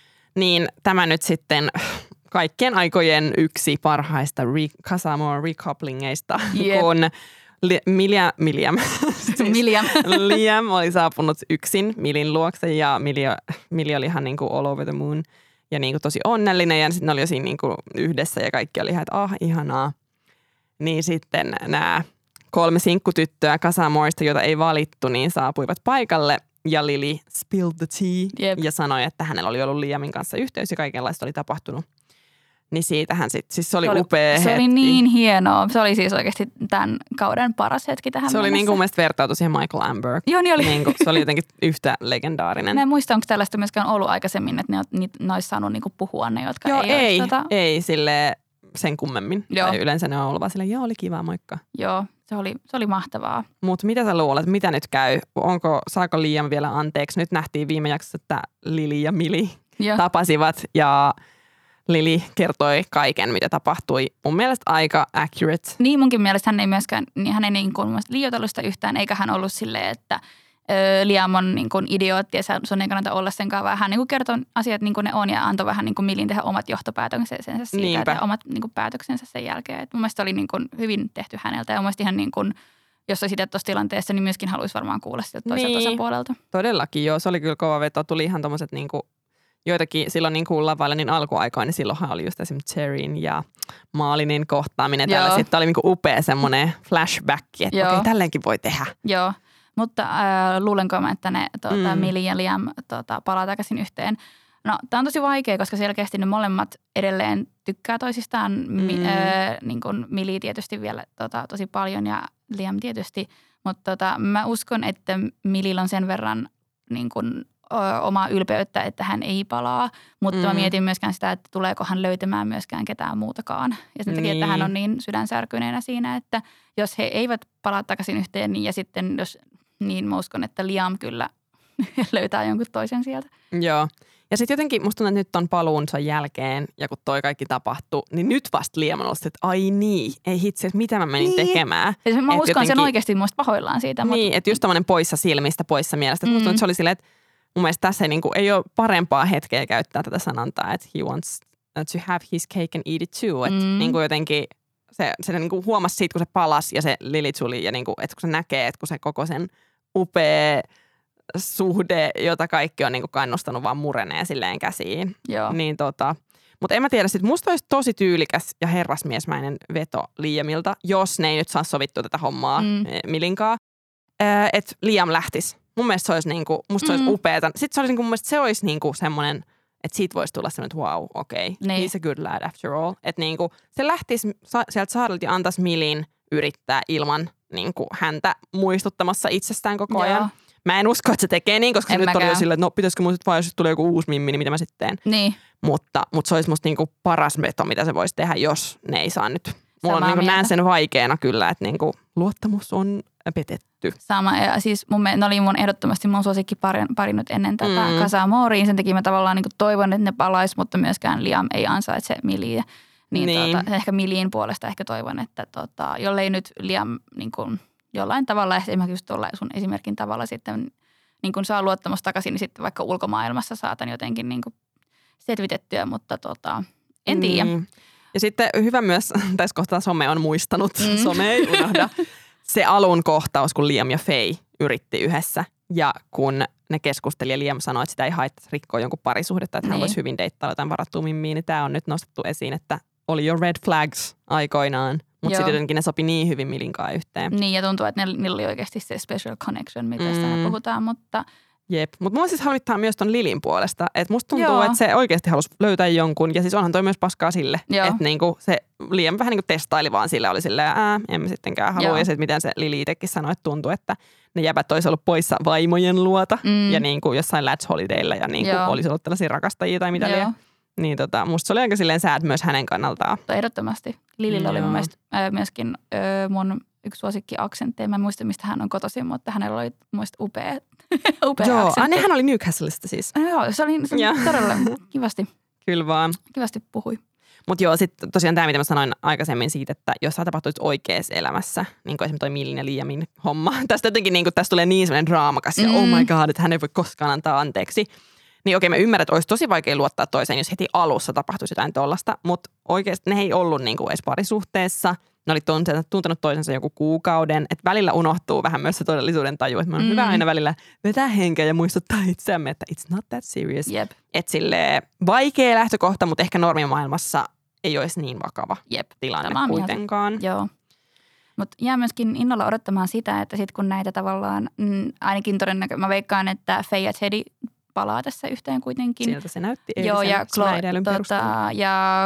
A: Niin tämä nyt sitten kaikkien aikojen yksi parhaista re- Casamore recouplingeista,
B: yep.
A: kun Li- Milja, Miljam, siis
B: Miljam.
A: Liam oli saapunut yksin Milin luokse ja Milja, Milja oli ihan niin kuin all over the moon ja niin kuin tosi onnellinen ja sitten ne oli jo siinä niin kuin yhdessä ja kaikki oli ihan, että ah, ihanaa. Niin sitten nämä kolme sinkkutyttöä Casamoresta, joita ei valittu, niin saapuivat paikalle ja Lily spilled the tea
B: Yep.
A: ja sanoi, että hänellä oli ollut Liamin kanssa yhteys ja kaikenlaista oli tapahtunut. Niin siitähän sitten, siis se oli, se oli upea
B: Se
A: hetki.
B: oli niin hienoa. Se oli siis oikeasti tämän kauden paras hetki tähän
A: Se
B: mennessä.
A: oli niin kuin mun mielestä vertautu siihen Michael Amber.
B: Joo, niin oli.
A: Niin kuin, se oli jotenkin yhtä legendaarinen.
B: Mä en muista, onko tällaista myöskään ollut aikaisemmin, että ne, ne, ne olisi saanut niinku puhua ne, jotka
A: joo,
B: ei,
A: ei,
B: ole. Tota...
A: ei sille sen kummemmin.
B: Joo.
A: Tai yleensä ne on ollut vaan silleen, joo, oli kiva, moikka.
B: Joo, se oli, se oli mahtavaa.
A: Mutta mitä sä luulet, mitä nyt käy? Onko, saako Liam vielä anteeksi? Nyt nähtiin viime jaksossa, että Lily ja Millie
B: Joo.
A: tapasivat ja Lily kertoi kaiken, mitä tapahtui. Mun mielestä aika accurate.
B: Niin munkin mielestä hän ei myöskään, niin hän ei niin kuin liioitellut sitä yhtään, eikä hän ollut silleen, että ö, Liam on niin kuin idiootti ja sun ei kannata olla senkaan, vaan hän niin kuin kertoi asiat niin kuin ne on ja antoi vähän niin kuin Millin tehdä omat johtopäätöksensä siitä
A: Niinpä.
B: ja omat niin kuin päätöksensä sen jälkeen. Et mun mielestä oli niin kuin hyvin tehty häneltä ja mun mielestä ihan niin kuin, jos olisi itse tuossa tilanteessa, niin myöskin haluaisi varmaan kuulla sitä toiselta
A: niin,
B: osapuolelta.
A: Todellakin, joo. Se oli kyllä kova veto. Tuli ihan tommoset niinku joitakin silloin niin kuin Love Islandin alkuaikoina, niin silloinhan oli just esimerkiksi Terryn ja Malinin kohtaaminen. Täällä sitten oli niin kuin upea semmoinen flashback, että okei, okay, tälleenkin voi tehdä.
B: Joo, mutta äh, luulenko mä, että ne tuota, mm. Millie ja Liam tuota, palaa takaisin yhteen. No, tämä on tosi vaikea, koska selkeästi ne molemmat edelleen tykkää toisistaan. Mm. Mi, äh, niin kuin Millie tietysti vielä tota, tosi paljon ja Liam tietysti. Mutta tota, mä uskon, että Millillä on sen verran niin kuin omaa ylpeyttä, että hän ei palaa, mutta mm. mä mietin myöskään sitä, että tuleeko hän löytämään myöskään ketään muutakaan. Ja sen takia, niin. että hän on niin sydänsärkyneenä siinä, että jos he eivät palaa takaisin yhteen, niin ja sitten jos, niin mä uskon, että Liam kyllä löytää jonkun toisen sieltä. Joo.
A: Ja sitten jotenkin musta tuntuu, että nyt on paluunsa jälkeen ja kun toi kaikki tapahtui, niin nyt vasta Liam on ollut, että ai niin, ei hitsi, että mitä mä menin niin. tekemään.
B: Ja mä
A: et
B: uskon
A: jotenkin,
B: sen oikeasti muista pahoillaan siitä.
A: Niin,
B: mutta...
A: että just tämmöinen poissa silmistä, poissa mielestä. Mm. Musta tuntuu, että se oli silleen, että mun mielestä tässä ei, niin kuin, ei ole parempaa hetkeä käyttää tätä sanontaa, että he wants to have his cake and eat it too. Että mm. niin kuin jotenkin se, se niin kuin huomasi siitä, kun se palasi ja se Lily tuli ja niin kuin, että kun se näkee, että kun se koko sen upea suhde, jota kaikki on niin kuin kannustanut, vaan murenee silleen käsiin.
B: Joo.
A: Niin tota, mutta en mä tiedä, sit musta olisi tosi tyylikäs ja herrasmiesmäinen veto Liamilta, jos ne ei nyt saa sovittua tätä hommaa mm. Milinkaa, että Liam lähtisi. Mun mielestä se olisi, niinku, musta se olisi mm. upeata. Sitten se olisi, niinku, mun mielestä se olisi niinku semmoinen, että siitä voisi tulla semmoinen, että wow, okei, okay, niin. he's a good lad after all. Että niinku, se lähtisi sa- sieltä saarelta ja antaisi Milin yrittää ilman niinku, häntä muistuttamassa itsestään koko ajan. Joo. Mä en usko, että se tekee niin, koska en se mäkään. Nyt oli jo silleen, että no pitäisikö mun sitten vaan, jos tulee joku uusi mimmi, niin mitä mä sitten teen.
B: Niin.
A: Mutta, mutta se olisi musta niinku paras veto, mitä se voisi tehdä, jos ne ei saa nyt. Mulla on, niinku, näen sen vaikeana kyllä, että niinku, luottamus on petetty.
B: Sama. Ja siis mun, ne oli mun ehdottomasti mun suosikki pari, pari nyt ennen tätä mm. Casamoreen. Sen takia mä tavallaan niinku toivon, että ne palais, mutta myöskään Liam ei ansaitse Milliä. Niin, niin. Tota, ehkä Millin puolesta ehkä toivon, että tota, jollei nyt Liam niin kuin, jollain tavalla, esimerkiksi just tuolla sun esimerkin tavalla sitten niin kuin saa luottamus takaisin, niin sitten vaikka ulkomaailmassa saatan jotenkin niin kuin selvitettyä, mutta tota, en tiedä. Mm.
A: Ja sitten hyvä myös, tässä kohtaa some on muistanut, mm. some ei unohda, se alun kohtaus, kun Liam ja Faye yritti yhdessä ja kun ne keskusteli ja Liam sanoi, että sitä ei haittaisi rikkoa jonkun parisuhdetta, että niin. hän voisi hyvin deittailla jotain varattua mimmiin, niin tämä on nyt nostettu esiin, että oli jo red flags aikoinaan, mutta sitten jotenkin ne sopi niin hyvin Milinkaan yhteen.
B: Niin ja tuntuu, että niillä oli oikeasti se special connection, mitä mm. me puhutaan, mutta...
A: Jep, mutta mua siis havittaa myös ton Lilin puolesta, että musta tuntuu, Joo. että se oikeasti halusi löytää jonkun ja siis onhan toi myös paskaa sille, Joo. että niinku se Liam vähän niinku testaili vaan sille, oli silleen, ää, en mä sittenkään halua ja sitten miten se Lili itsekin sanoi, että tuntui, että ne jäbät olisi ollut poissa vaimojen luota mm. ja niinku jossain Lads Holidaylla ja niinku olisi ollut tällaisia rakastajia tai mitä liian. Niin tota, musta se oli aika silleen sad myös hänen kannaltaan.
B: Ehdottomasti. Lilillä oli mun mielestä äh, myöskin äh, mun yksi suosikki aksentteja. Mä en muista, mistä hän on kotoisin, mutta hänellä oli muista upea, upea
A: Joo,
B: aksentti.
A: Joo, hän oli Newcastlesta siis.
B: Joo, se oli, se oli todella kivasti.
A: Kyllä vaan.
B: Kivasti puhui.
A: Mutta joo, sitten tosiaan tämä, mitä mä sanoin aikaisemmin siitä, että jos sä tapahtuisi oikeassa elämässä, niin kuin esimerkiksi toi Millin ja Liamin homma, tästä jotenkin niin kuin, tästä tulee niin sellainen draamakas ja mm. oh my god, että hän ei voi koskaan antaa anteeksi. Niin okei, mä ymmärrän, että olisi tosi vaikea luottaa toiseen, jos heti alussa tapahtuisi jotain tollasta, mutta oikeasti ne ei ollut niin kuin edes parisuhteessa. Ne oli tuntenut toisensa joku kuukauden, että välillä unohtuu vähän myös se todellisuuden taju, että me on mm. hyvä aina välillä vetää henkeä ja muistuttaa itseämme, että it's not that serious.
B: Yep.
A: Että silleen vaikea lähtökohta, mutta ehkä normimaailmassa ei olisi niin vakava
B: Jep,
A: tilanne kuitenkaan.
B: Mieltä. Joo. Mutta jää myöskin innolla odottamaan sitä, että sitten kun näitä tavallaan, mm, ainakin todennäköisesti, mä veikkaan, että Faye ja Teddy palaa tässä yhteen kuitenkin.
A: Sieltä se näytti
B: Joo, ja, Chlo- tota, ja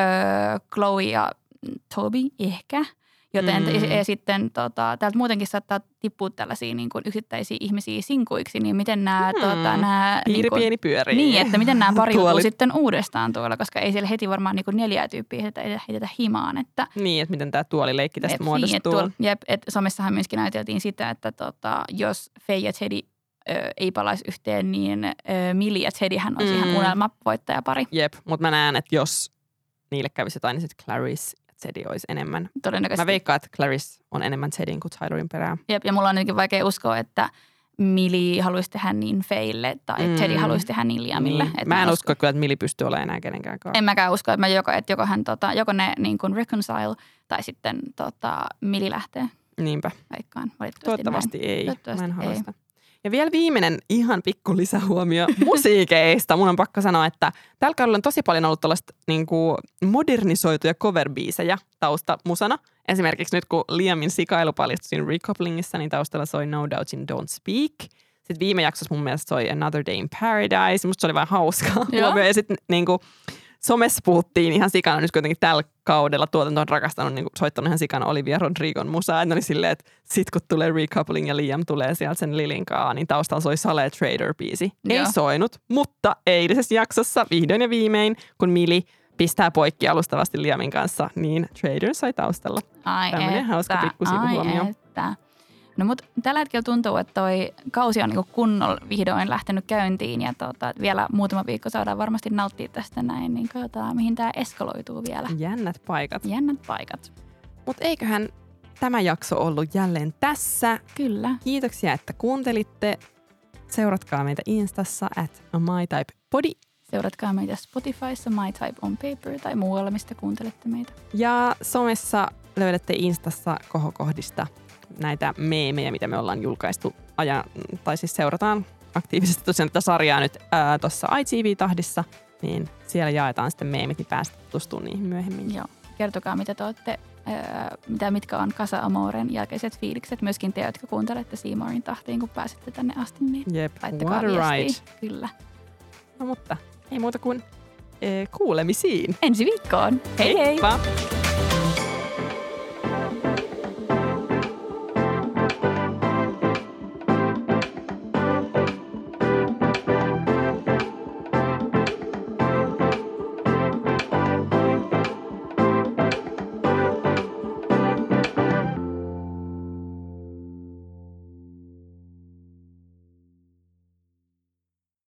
B: äh, Chloe ja Toby ehkä. Joten mm. ja sitten tota, täältä muutenkin saattaa tippua tällaisia niin kuin yksittäisiä ihmisiä sinkuiksi, niin miten nämä... Mm. Tota, nämä
A: piiri niin kuin, pieni pyörii.
B: Niin, että miten nämä pariutuu sitten uudestaan tuolla, koska ei siellä heti varmaan niin kuin neljää tyyppiä heitetä, heitetä himaan. Että,
A: niin, että miten tämä tuolileikki tästä jep, muodostuu. Niin, että tuol,
B: jep, että somessahan myöskin ajateltiin sitä, että tota, jos Faye ja Teddy ö, ei palaisi yhteen, niin ö, Millie ja Teddyhän olisi mm. ihan unelmavoittajapari.
A: Jep, mutta mä näen, että jos niille kävisi jotain, niin sitten Clarice Teddy olisi enemmän.
B: Todennäköisesti.
A: Mä veikkaan, että Clarice on enemmän Teddyn kuin Tylerin perään.
B: Jep, ja mulla on jotenkin vaikea uskoa, että Millie haluaisi tehdä niin Faille tai mm. Teddy haluaisi tehdä niin Liamille.
A: Niin. Mä en usko, usko, että Millie pystyy olemaan enää kenenkään kanssa.
B: En mäkään usko, että mä joko, että joko, hän, tota, joko ne niin kuin reconcile tai sitten tota, Millie lähtee.
A: Niinpä.
B: Veikkaan.
A: Toivottavasti
B: näin.
A: ei.
B: Toivottavasti
A: mä en halua
B: ei.
A: sitä. Ja vielä viimeinen ihan pikku lisähuomio musiikeista. Mun on pakko sanoa, että tällä kaudella on tosi paljon ollut tällaista niin kuin modernisoituja cover-biisejä taustamusana. Esimerkiksi nyt kun Liamin sikailu paljastui siinä recouplingissa, niin taustalla soi No Doubtin Don't Speak. Sitten viime jaksossa mun mielestä soi Another Day in Paradise. Musta se oli vähän hauskaa. Ja sitten niin kuin somessa puhuttiin ihan sikana, nyt kuitenkin tällä kaudella tuotanto on rakastanut, niin soittanut ihan sikana Olivia Rodrigon musaa. Että oli silleen, että sit kun tulee recoupling ja Liam tulee sieltä sen Lilin kaa, niin taustalla soi Saleh Trader-biisi. Ei soinut, mutta eilisessä jaksossa vihdoin ja viimein, kun Millie pistää poikki alustavasti Liamin kanssa, niin Trader sai taustalla.
B: Ai
A: tämmöinen
B: että,
A: hauska pikku sivuhuomio.
B: Ai että. No mutta tällä hetkellä tuntuu, että toi kausi on niinku kunnolla vihdoin lähtenyt käyntiin ja tota, vielä muutama viikko saadaan varmasti nauttia tästä näin, niin katsotaan mihin tämä eskaloituu vielä.
A: Jännät paikat.
B: Jännät paikat.
A: Mutta eiköhän tämä jakso ollut jälleen tässä.
B: Kyllä.
A: Kiitoksia, että kuuntelitte. Seuratkaa meitä Instassa at mytypepodi.
B: Seuratkaa meitä Spotifyssa MyType on Paper tai muualla, mistä kuuntelette meitä.
A: Ja somessa löydätte Instassa kohokohdista näitä meemejä, mitä me ollaan julkaistu ajan, tai siis seurataan aktiivisesti tosiaan tätä sarjaa nyt tuossa I G V-tahdissa, niin siellä jaetaan sitten meemit, niin päästä tutustumaan niihin myöhemmin.
B: Joo, kertokaa mitä te olette, ää, mitä, mitkä on Casa Amoren jälkeiset fiilikset, myöskin te, jotka kuuntelette Seymourin tahtiin, kun pääsette tänne asti, niin
A: Jep,
B: laittakaa viestiä. Kyllä.
A: No mutta ei muuta kuin ee, kuulemisiin.
B: Ensi viikkoon. Hei hei!
A: Heippa.